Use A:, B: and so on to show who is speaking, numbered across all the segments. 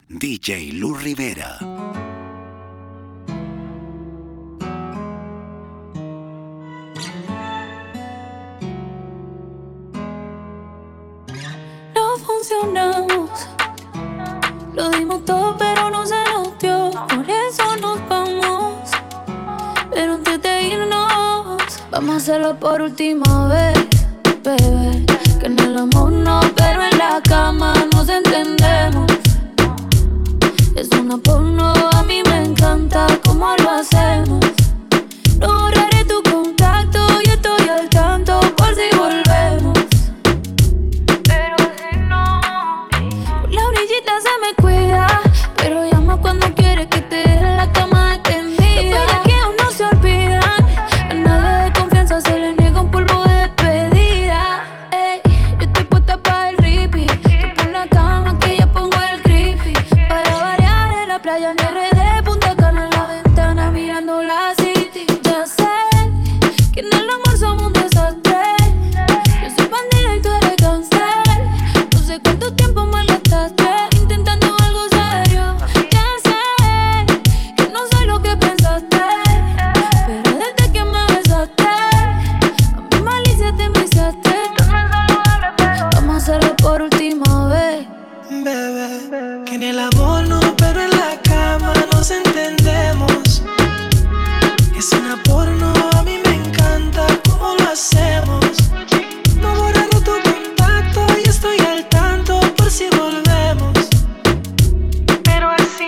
A: DJ Lu Rivera.
B: No funcionamos, lo dimos todo pero no se nos dio, por eso nos vamos. Pero antes de irnos, vamos a hacerlo por última vez, bebé. Que en el amor no, pero en la cama nos entendemos. Es una porno, a mí me encanta cómo lo hacemos. No borraré tu contacto y estoy al tanto por si volvemos. Pero si no, por la orillita se me cuida, pero llama cuando quiere que te deje en la cama extendida. Los que aún no se olvidan, a nadie de confianza se le niega un polvo de despedida. Ey, yo estoy puesta para el repeat. Tú pon la cama que ya pongo el creepy. Para variar en la playa en RD, Punta Cana en la ventana mirando la city. Ya sé que en el amor somos un desastre. Yo soy bandida y tú eres gangster. No sé cuánto tiempo me gastaste intentando algo serio. Ya sé que no soy lo que pensaste, pero desde que me besaste, a mi malicia te enviciaste. Vamos a hacerlo por última vez,
C: bebé. Que en el amor no, pero en la cama nos entendemos. Es una porno, a mí me encanta cómo lo hacemos. No borraron tu contacto y estoy al tanto por si volvemos. Pero así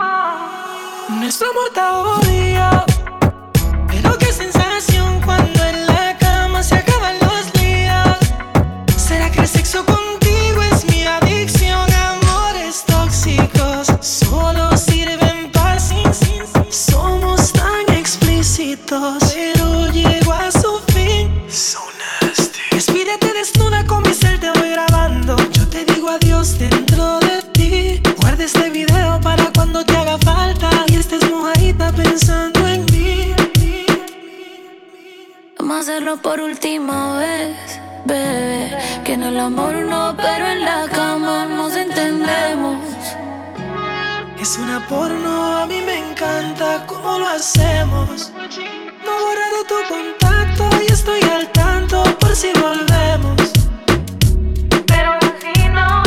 C: no. Nuestro amor está odio, pero qué sensación cuando en la cama se acaban los líos. ¿Será que el sexo contigo es mi adicción? Amores tóxicos solo sirven para sin. Somos tan explícitos, pero llego a su fin. So nasty. Despídete desnuda con mi cel, te voy grabando. Yo te digo adiós dentro de ti. Guarda este video para cuando te haga falta y estés mojadita pensando en mí.
B: vamos a hacerlo por última vez, bebé. Que en el amor no, pero en la cama nos entendemos.
C: Es una porno, a mí me encanta cómo lo hacemos. No he borrado tu contacto y estoy al tanto por si volvemos. Pero si no.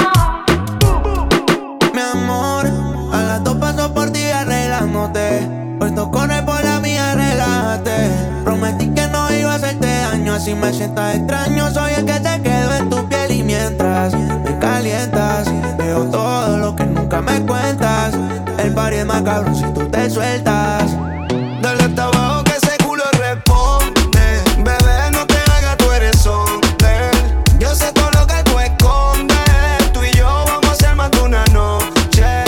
D: Mi amor, a las 2 paso por ti arreglándote. Puesto corre por la mía, relájate. Prometí que no iba a hacerte daño, así me sientas extraño. Soy el que te quedo en tu piel y mientras me calientas, veo todo lo que nunca me cuentas. El party es más cabrón si tú te sueltas. Dale hasta abajo que ese culo responde. Bebé, no te hagas, tú eres hombre. Yo sé todo lo que tú escondes. Tú y yo vamos a hacer más de una noche.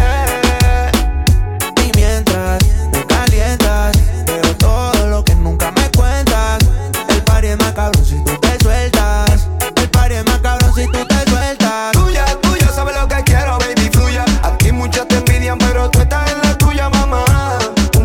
D: Y mientras me calientas, veo todo lo que nunca me cuentas. El party es más cabrón si tú te sueltas. El party es más cabrón si tú te sueltas. Tuya, tuya, sabes lo que quiero, baby, fluya. Aquí muchos te envidian, pero tú estás en la tuya, mamá. Un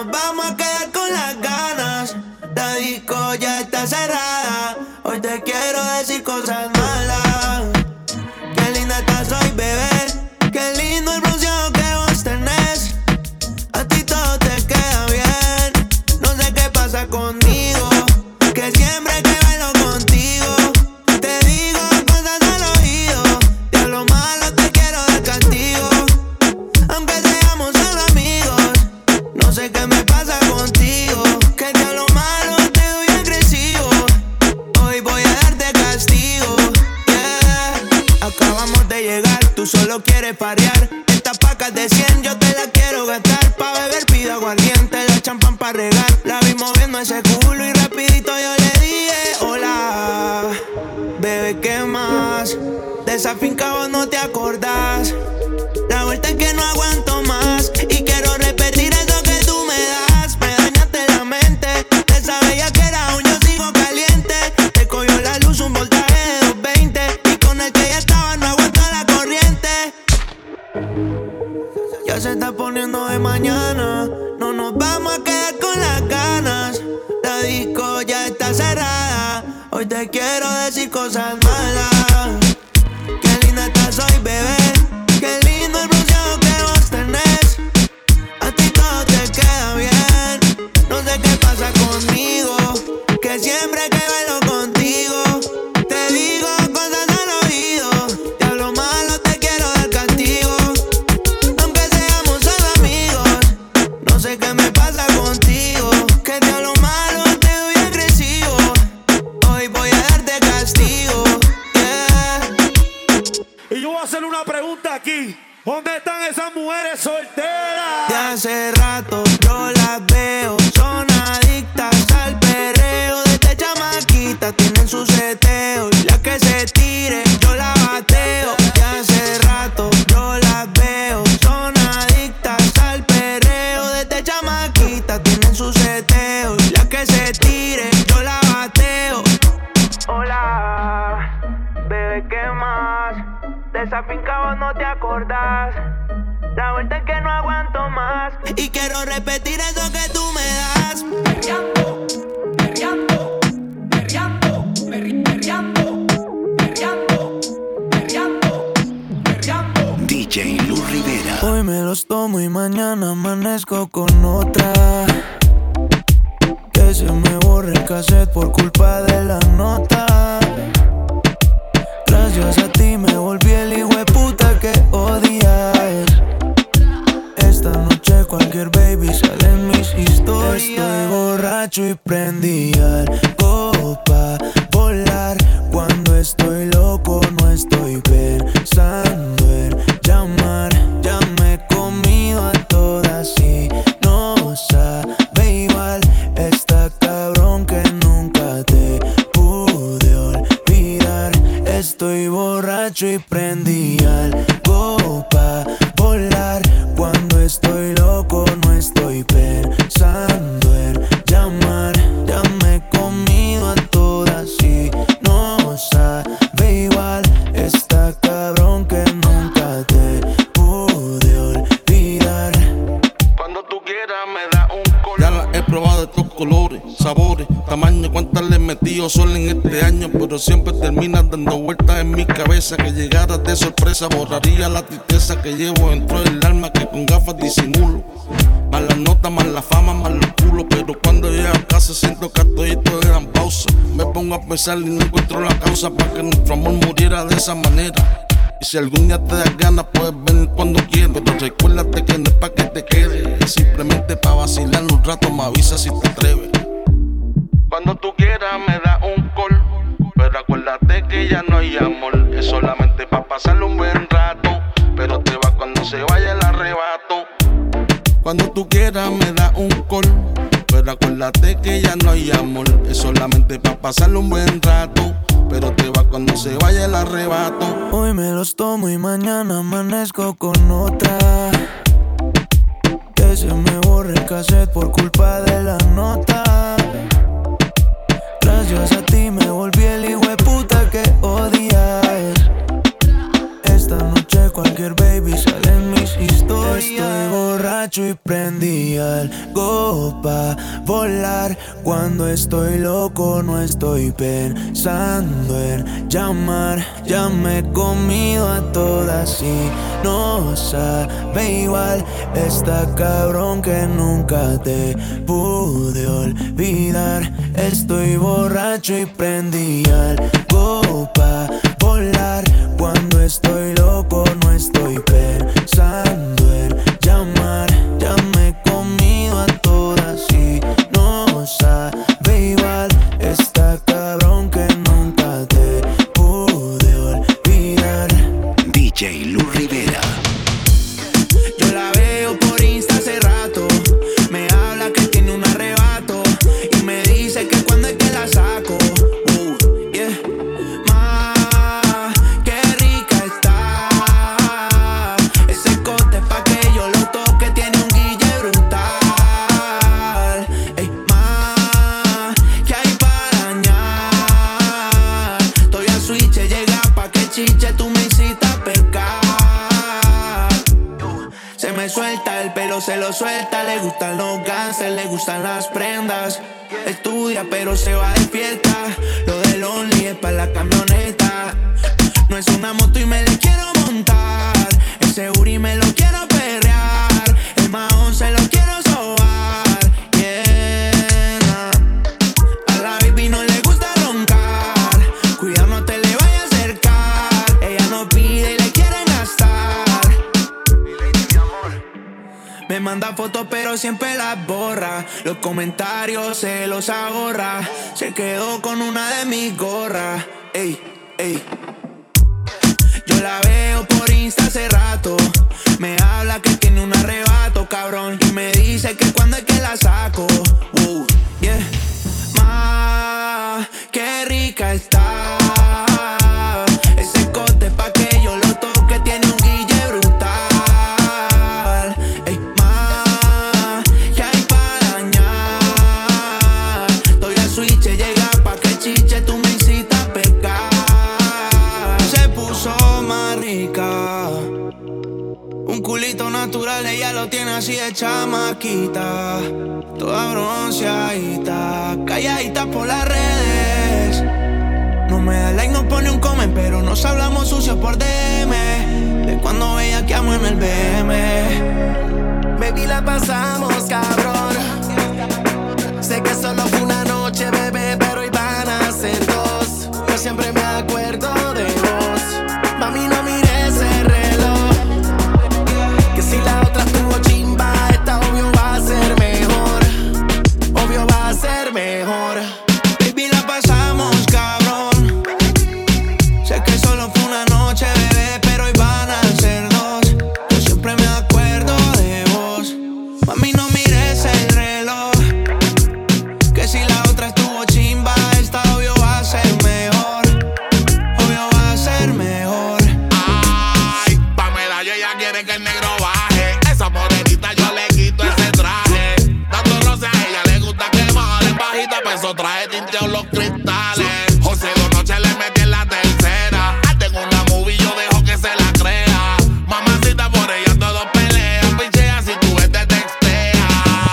D: nos vamos a quedar con las ganas. La disco ya está cerrada. Hoy te quiero decir cosas malas. Qué linda estás hoy, bebé. Qué lindo el bronceado que vos tenés. A ti todo te queda bien. No sé qué pasa conmigo, que siempre que bailo contigo te digo cosas al oído. Y a lo malo te quiero dar castigo, aunque seamos solo amigos. No sé qué me pasa contigo, que a lo malo te doy agresivo. Hoy voy a darte castigo, yeah. Acabamos de llegar, tú solo quieres parear. Estas pacas de 100 yo te las quiero gastar. Pa' beber pido aguardiente, la champán pa' regar. La vi moviendo ese culo y rapidito yo le dije hola. Bebé, ¿qué más? De esa finca vos no te acordás. La vuelta es que no aguanto más y quiero repetir eso que tú me das. Me dañaste la mente, de esa bella que era aún yo sigo caliente. Te cogió la luz un voltaje de 220 y con el que ya estaba no aguanta la corriente. Ya se está poniendo de mañana, no nos vamos a quedar con las ganas. La disco ya está cerrada. Hoy te quiero decir cosas malas. Qué linda estás hoy, bebé. Qué lindo el bronceado que vos tenés. A ti todo te queda bien. No sé qué pasa conmigo, que siempre que bailo contigo te digo cosas al oído. Y a lo malo te quiero dar castigo, aunque seamos solo amigos. No sé qué me pasa contigo, que a lo malo te doy agresivo. Hoy voy a darte castigo, yeah.
E: Y yo voy a hacer una pregunta aquí. ¿Dónde están esas mujeres solteras?
D: De hace rato yo las veo, son adictas al perreo. Desde chamaquita tienen su seteo y la que se tire yo la bateo. De hace rato yo las veo, son adictas al perreo. Desde chamaquita tienen su seteo y la que se tire yo la bateo. Hola, bebé, ¿qué más? De esa finca vos no te acordás. La vuelta es que no aguanto más y quiero repetir eso que tú me das.
F: Perreando, perreando, perreando, perreando, perreando, perreando, perreando.
A: DJ Lu Rivera.
D: Hoy me los tomo y mañana amanezco con otra. Que se me borre el cassette por culpa de la nota. Gracias a ti me volví el hijo de puta que odias. Esta noche cualquier baby sale en mis historias. Estoy borracho y prendí algo pa' volar. Cuando estoy loco no estoy pensando en llamar. Ya me he comido a todas y no sabe igual. Está cabrón que nunca te pude olvidar. Estoy borracho y prendí algo pa' volar. Cuando estoy loco no estoy pensando en llamar. Ya me he comido a todas y no sabe igual. Está cabrón que nunca te pude olvidar.
G: Cuando tú quieras me da un color. Ya la he probado de estos colores, sabores, tamaño, cuántas le he metido solo en este año. Pero siempre terminas dando vueltas en mi cabeza. Que llegaras de sorpresa borraría la tristeza que llevo dentro del alma, que con gafas disimulo. Más las notas, más la fama, más los culos. Pero cuando llego a casa siento que estoy todo de gran pausa. Me pongo a pensar y no encuentro la causa para que nuestro amor muriera de esa manera. Y si algún día te das ganas puedes venir cuando quieras. Pero recuérdate que no es pa' que te quedes, es simplemente pa' vacilar un rato. Me avisa si te atreves. Cuando tú quieras me da un call, pero acuérdate que ya no hay amor. Es solamente pa' pasarle un buen rato, pero te vas cuando se vaya el arrebato. Cuando tú quieras me da un call, pero acuérdate que ya no hay amor. Es solamente pa' pasarle un buen rato, pero te vas cuando se vaya el arrebato.
D: Hoy me los tomo y mañana amanezco con otra. Que se me borre el cassette por culpa de la nota. Gracias a ti me volví el hijo de puta que odias. Esta noche cualquier baby sale en mis historias. Estoy borracho borracho y prendí algo pa' volar. Cuando estoy loco no estoy pensando en llamar. Ya me he comido a todas y no sabe igual. Está cabrón que nunca te pude olvidar. Estoy borracho y prendí algo pa' volar. Cuando estoy loco no estoy pensando en llamar. Ya me he comido a todas y no sabe igual. Está cabrón que nunca te pude olvidar.
A: DJ Lu Rivera.
D: Yo la veo por Insta hace rato. Me habla que tiene un arrebato y me dice que cuando es que la saco. Yeah. Qué rica está. Ese cote pa' que yo lo toque tiene un guille brutal. Ey, ¿qué hay para dañar? Estoy a switch, llega pa' que chiche, tú me hiciste pecar. Se me suelta el pelo, se lo suelta. Le gustan los ganses, le gustan las prendas. Estudia pero se va de fiesta. Lo del Only es pa' la camioneta. No es una moto y me le quiero montar. Ese Uri me lo quiero perrear. El Mahón se lo quiero sobar. Yeah. A la baby no le gusta roncar. Cuidado no te le vayas a acercar. Ella no pide y le quieren gastar. Me manda fotos pero siempre las borra. Los comentarios se los ahorra. Se quedó con una de mis gorras. Ey, ey. Yo la veo por Insta hace rato. Me habla que tiene un arrebato, cabrón. Y me dice que cuando es que la saco. Yeah. Qué rica está. Ese cote pa' que yo lo toque tiene un guille brutal. Ey, ¿qué hay para dañar? Estoy a switch, llega pa' que chiche, tú me hiciste pecar. Se puso más rica. Un culito natural, ella lo tiene así de chamaquita. Toda bronceadita, calladita por las redes. No me da like, no pone un comment, pero nos hablamos sucios por DM. De cuando bellaqueamos en el BM.
C: Baby, la pasamos, cabrón. Sé que solo fue una noche, bebé, pero hoy van a ser dos. Yo siempre me acuerdo de vos. Mami, no mires el reloj. Que si la otra estuvo chimba, esta obvio va a ser mejor. Obvio va a ser mejor.
D: Baby, la pasamos, cabrón. Sé que solo fue una noche, bebé, pero hoy van a ser dos. Yo siempre me acuerdo de vos. Mami, no mires el reloj. Que si la otra estuvo chimba, esta obvio va a ser mejor. Obvio va a ser mejor.
G: Ay, Pamela, yo ya quiere que el negro baje. Esa morenita yo le quito ese traje. Dando roce a ella le gusta que baje bajita, pues eso traje tinteo los cristales. José dos noches le metí en la tercera. Tengo una movie, yo dejo que se la crea. Mamacita, por ella todo pelea. Pichea si tú ves te textea.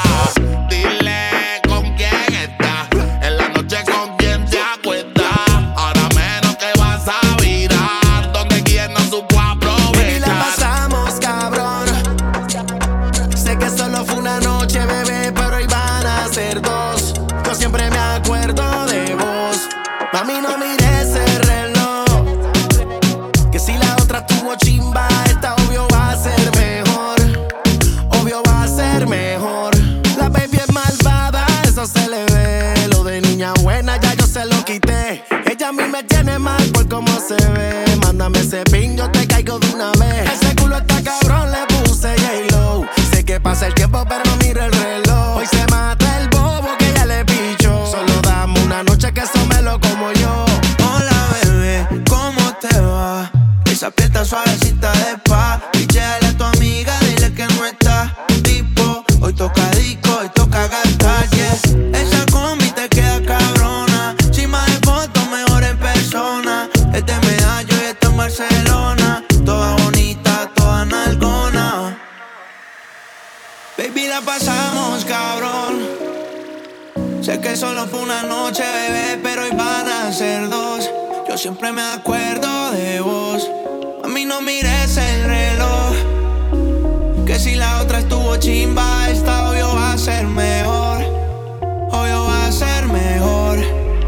G: Dile con quién está. En la noche con quién te acuestas. Ahora menos que vas a virar. Donde quien no supo
C: Baby, la
G: aprovechar.
C: pasamos, cabrón. Sé que solo fue una noche, bebé, pero hoy van a ser dos. Yo siempre me acuerdo de vos. Mami, no mires el reloj. Que si la otra estuvo chimba, esta obvio va a ser mejor. Obvio va a ser mejor. La baby es malvada, eso se le ve. Lo de niña buena ya yo se lo quité. Ella a mí me tiene mal por cómo se ve. Mándame ese pin, yo te caigo de una vez. Ese culo está cabrón, le puse J-Lo. Sé que pasa el tiempo, pero no miro el reloj. Hoy se mata el bobo que ya le picho. Solo dame una noche que eso me lo como yo.
D: Hola, bebé, ¿cómo te va? Esa piel tan suavecita de spa. Pichéale a tu amiga, dile que no está tipo. Hoy toca disco, hoy toca gastar, yeah. Esa combi te queda cabrona. Chima de fotos, mejor en persona. Este medallo y está en Barcelona. Toda bonita, toda nalgona. Baby, la pasamos, cabrón. Sé que solo fue una noche, bebé, pero hoy van a ser dos. Yo siempre me acuerdo de vos. A mí no mires el reloj, que si la otra estuvo chimba, esta obvio va a ser mejor. Obvio va a ser mejor.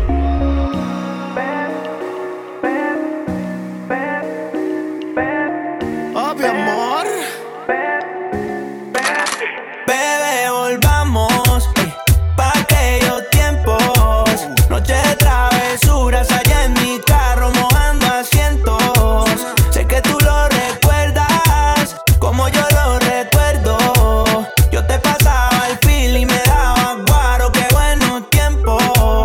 D: Obvio, amor. Bebé, volvamos pa' aquellos tiempos. Noche de travesuras allá en mi carro mojando asientos. Sé que tú lo recuerdas como yo lo recuerdo. Yo te pasaba el feel y me daba guaro. Qué buenos tiempos.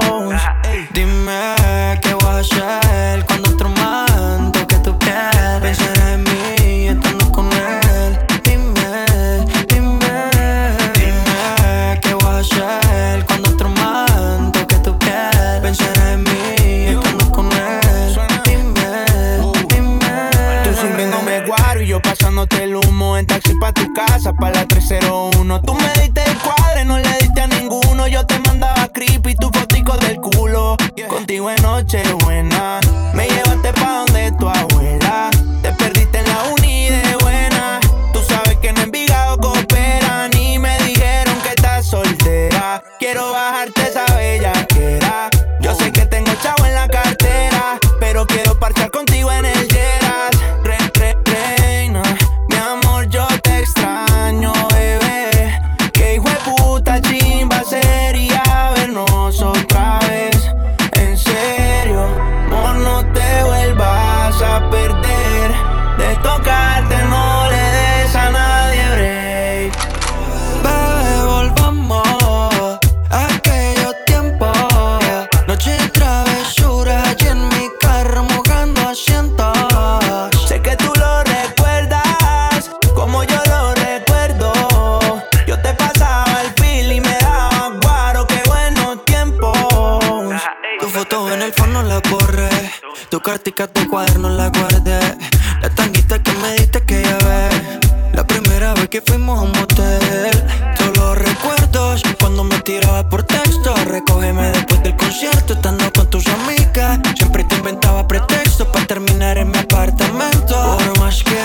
D: Dime qué voy a hacer cuando otro man toque tu piel. Pensarás en mí estando con él. Dime qué voy a hacer cuando otro man toque tu piel. Pensarás en mí estando con él. Dime. Tú sirviéndome guaro y yo pasándote el humo en taxi pa' tu casa, pa' la 301. Tú me diste el cuadre, no le diste a ninguno. Yo te mandaba creepy, tu fotico del culo. Contigo en Nochebuena me llevaste pa' donde tu abuela. Te perdiste en la uni de buena. Tú sabes que en Envigado cooperan y me dijeron que estás soltera. Quiero bajarte esa bellaquera. Yo sé que tengo chavo en la cartera, pero quiero parchar contigo en el Lleras. Reina, mi amor, yo te extraño, bebé. Qué hijo de puta chimba sería vernos otra vez. En serio, amor, no te vuelvas a perder. De tocarte no le des a nadie break. Bebé, volvamos a aquellos tiempos. Noche de travesuras allí en mi carro mojando asientos. Sé que tú lo recuerdas como yo lo recuerdo. Yo te pasaba el feel y me daba guaro. Qué buenos tiempos. Tu foto en el phone no la borré. Tu cartica, tu cuaderno la guardé. La tanguita que me diste que llevé. La primera vez que fuimos a un motel. Todos los recuerdos cuando me tirabas por texto. Recógeme después del concierto estando con tus amigas. Siempre te inventaba pretextos para terminar en mi apartamento. Por más que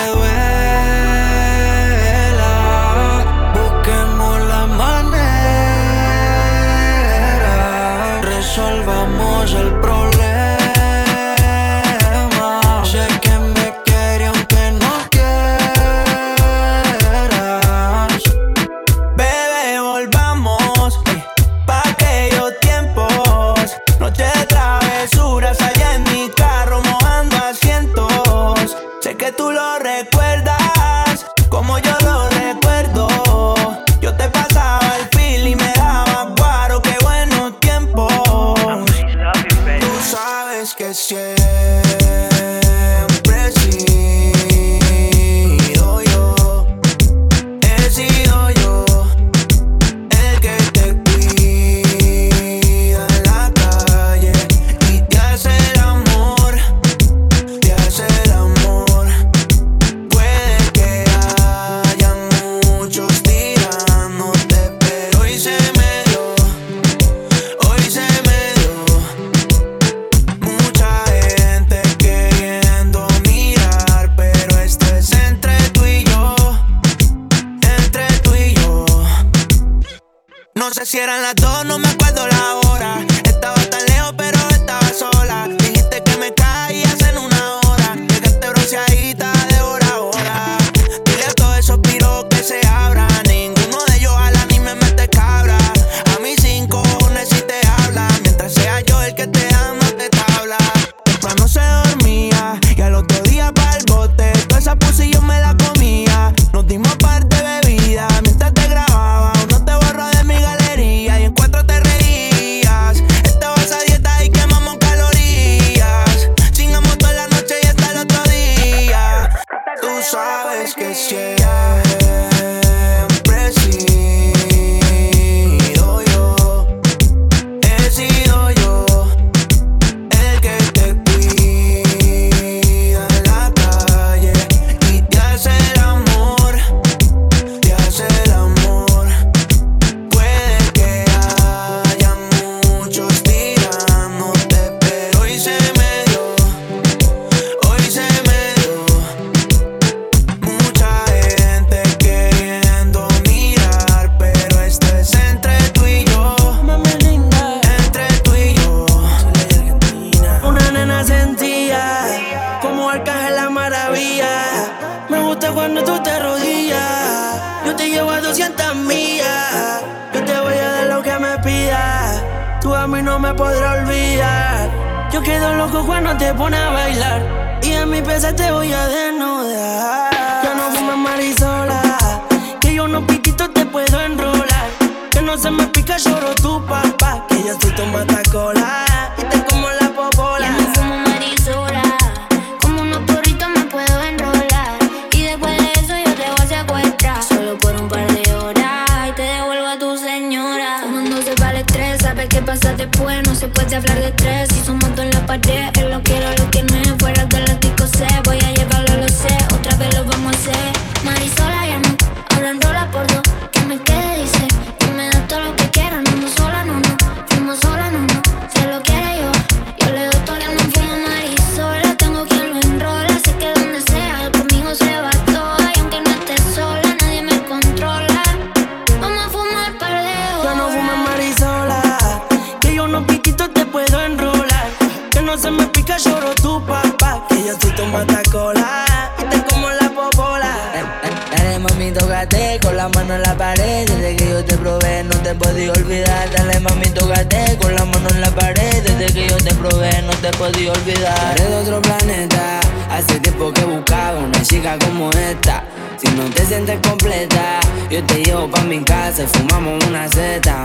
D: duela, busquemos la manera. Resolvamos el problema. Sé que me quieres aunque no quieras. Bebé, volvamos pa' aquellos tiempos. Noche de travesuras allá en mi carro mojando asientos. Sé que tú lo recuerdas como yo lo recuerdo. Yo te pasaba el feel y me daba guaro. Qué buenos tiempos. Tú sabes que siempre he sido yo. He sido yo el que te cuida en la calle y te hace el amor, te hace el amor. Puede que haya muchos tirándote, pero hoy se me dio, hoy se me dio. Mucha gente queriendo mirar, pero esto es entre tú y yo, entre tú y yo. No sé si eran las 2, no me acuerdo la hora. Estaba tan lejos, pero estaba sola. Dijiste que me caías en una hora. Llegaste bronceadita de hora a hora. Dile a todos esos piros que se abran. Ninguno de ellos jala ni me mete cabra. A mis 5 cojones si te habla. Mientras sea yo el que te amo, te tabla. Temprano se dormía y al otro día pa'l bote. Toda esa pussy yo me la comía. Nos dimos par de bebidas mientras te grababa. Uno te borró de mi galería y en 4 te reía.
H: llevo a 200 millas. Yo te voy a dar lo que me pidas. Tú a mí no me podrás olvidar. Yo quedo loco cuando te pones a bailar. Y en mi pieza te voy a desnudar. Ya no fumes marisola, que yo unos pititos te puedo enrolar. Que no se me pica, lloro tu papá. Que yo estoy tomando cola y te como la popola.
B: Ya no fumo marisola, como unos porritos me puedo enrolar. Y después de eso yo te voy a secuestrar. Solo por un par de horas y te devuelvo a tu señora. Fumándose para el estrés, sabes qué pasa después. No se puede hablar de estrés si somos dos en la pared. Él lo quiere, lo tiene fuera de la disco C. Voy a llevarlo, lo sé, otra vez lo vamos a hacer. Marisola ya no, ahora enrola por dos. Que me quede, dice, que me da todo lo que quiera. No ando sola, no, no, fuimos sola, no, no. Se lo quiere yo le doy todo. Ya no fumo marisola, tengo quien lo enrola. Sé que donde sea, conmigo se va todo. Y aunque no esté sola, nadie me controla. Vamos a fumar par de horas.
H: Ya no fumes marisola, que yo unos pititos te puedo enrolar. Que no se me pica, lloro tu papá. Que yo estoy tomando cola y te como la popola.
I: Dale mami, tócate con la mano en la pared. Desde que yo te probé no te podí olvidar. Dale mami, tócate con la mano en la pared. Desde que yo te probé no te podí olvidar. Eres de otro planeta, hace tiempo que buscaba una chica como esta. Si no te sientes completa, yo te llevo pa' mi casa y fumamos una zeta.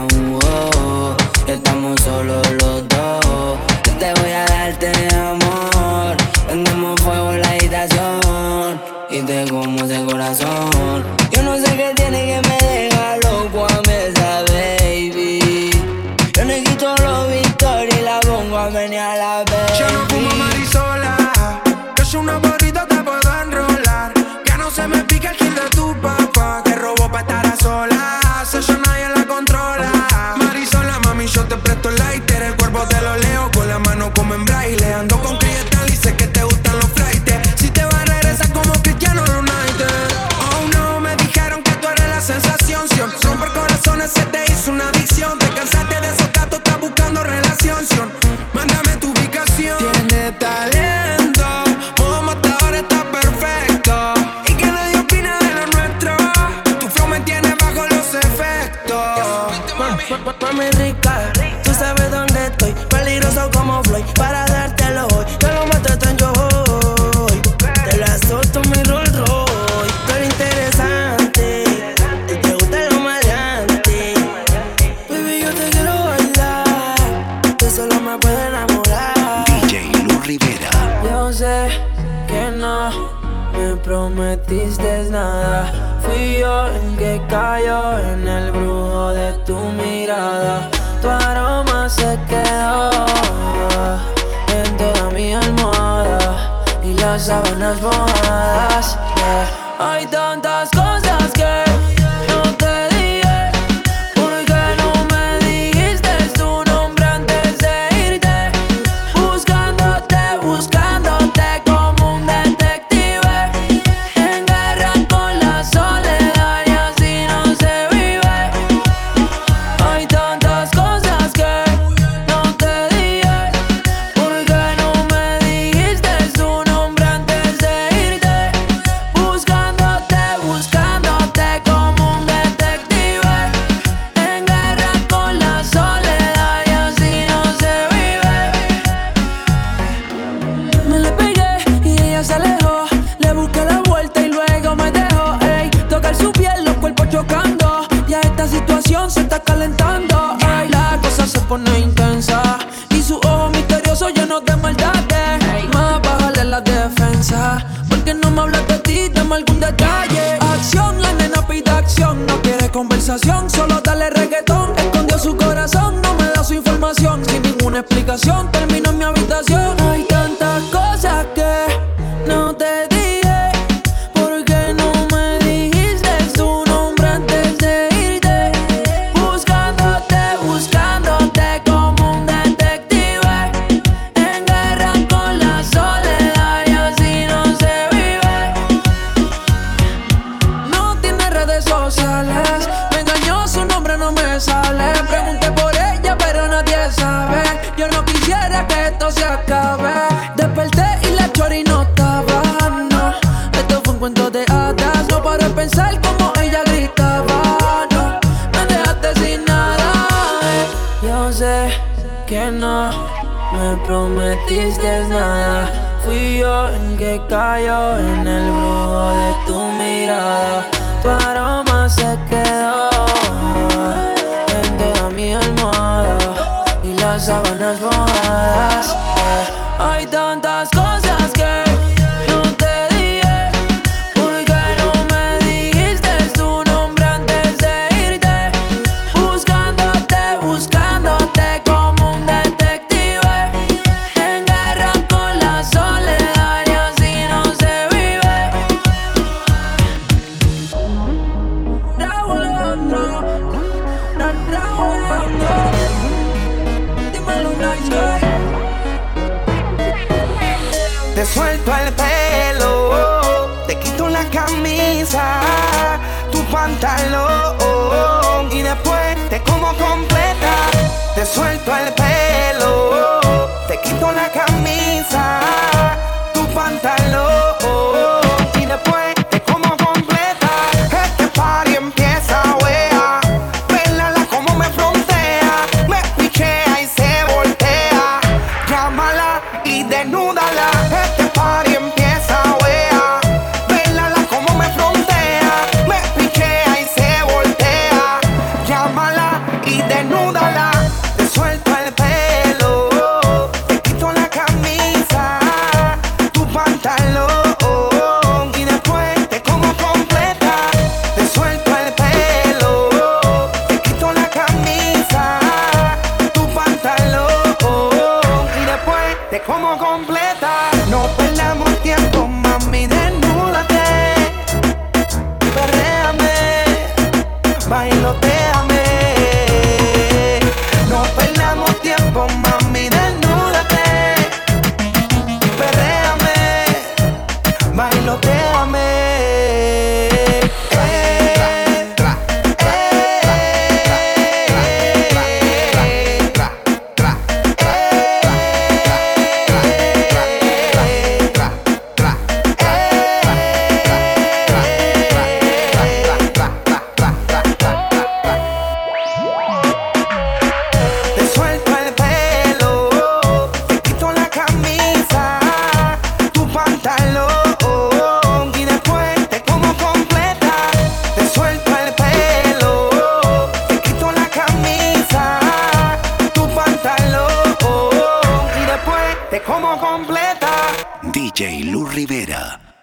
I: Estamos solos los dos. Yo te voy a darte amor. Prendemos fuego en la habitación y te como ese corazón. Yo no sé qué tiene que me deja loco a mí esa baby. Yo le quito los Victoria y la pongo a menear la baby.
C: Yo no fumo marisola, que yo una porrita te puedo enrolar. Que no se me pica el kill de tu papá, que robó pa' estar a solas. Ella nadie la controla. Marisola, mami, yo te presto el lighter. El cuerpo te lo leo con la mano como en braille. Ando con Crietal y sé que te gustan los flightes. Si te vas a regresar como Cristiano Ronaldo. Oh no, me dijeron que tú eres la sensación. Romper corazones se te hizo una adicción. Te cansaste de esos gatos, estás buscando relación. Mándame tu ubicación. Tiene talento, modo matador está perfecto. Y que nadie opina de lo nuestro. Tu flow me tiene bajo los efectos.
H: Mami rica, tú sabes dónde estoy. Peligroso como Floyd, para dártelo hoy. Que lo mato tan yo hoy. Te la solto mi Rolls Royce. Tú eres interesante y te gusta lo maleante. Baby, yo te quiero bailar. Tú solo me puedes enamorar.
A: DJ Lu Rivera.
H: Yo sé que no me prometiste nada. Fui yo el que cayó en el brujo de tu mirada. Tu aroma se quedó en toda mi almohada y las sábanas mojadas. Hay tantas cosas que no te dije. ¿Por qué no me dijiste tu nombre antes de irte? Buscándote como un detective. En guerra con la soledad y así no se vive. Hay tantas cosas que no te dije. ¿Por qué no me dijiste tu nombre antes de irte? Buscándote como un detective. En guerra con la soledad y así no se vive. Me le pegué y ella se alejó. Le busqué la vuelta y luego me dejó. Ey, tocar su piel, los cuerpos chocando. Ya esta situación se está calentando. Ay, la cosa se pone intensa y sus ojos misteriosos llenos de maldad. Más bájale la defensa, porque no me hablas de ti, dame algún detalle. Acción, la nena pide acción. No quiere conversación, solo dale reggaetón. Escondió su corazón, no me da su información. Sin ninguna explicación, termino en mi habitación. Hay tantas cosas que no te dije. ¿Por qué no me dijiste tu nombre antes de irte? Buscándote como un detective. En guerra con la soledad y así no se vive. No tiene redes sociales, me engañó, su nombre no me sale. Pregunté por ella pero nadie sabe. Yo no quisiera que esto se acabe. Desperté y la chori no estaba, no. Esto fue un cuento de hadas. No paro de pensar como ella gritaba. que no me prometiste nada. Fui yo el que cayó en el brujo de tu mirada. Tu aroma se quedó en toda mi almohada y las sábanas mojadas. Hay tantas cosas que no te dije. ¿Por qué no me dijiste tu nombre antes de irte? Buscándote como un detective, en guerra con la soledad y así no se vive. Dímelo, nice guy.
D: Te suelto el pelo, te quito la camisa, tu pantalón y después te como completa. Te suelto el pelo, te quito la camisa, tu pantalón y después te como completa. Este party empieza, wea, vélala como me frontea, me pichea y se voltea. Llámala y desnúdala. Este party empieza, wea, vélala como me frontea, me pichea y se voltea. Llámala y desnúdala. Te suelto el pelo, te quito la camisa, tu pantalón y después te como completa. Te suelto el pelo, te quito la camisa, tu pantalón y después te como completa. No perdamos tiempo, mami, desnúdate, perréame, bailoteame. No perdamos tiempo, mami, desnúdate, perréame, bailoteame. Te suelto el pelo, te quito la camisa, tu pantalón y después te como completa. Te suelto el pelo, te quito la camisa, tu pantalón y después te como completa.
A: DJ Lu Rivera.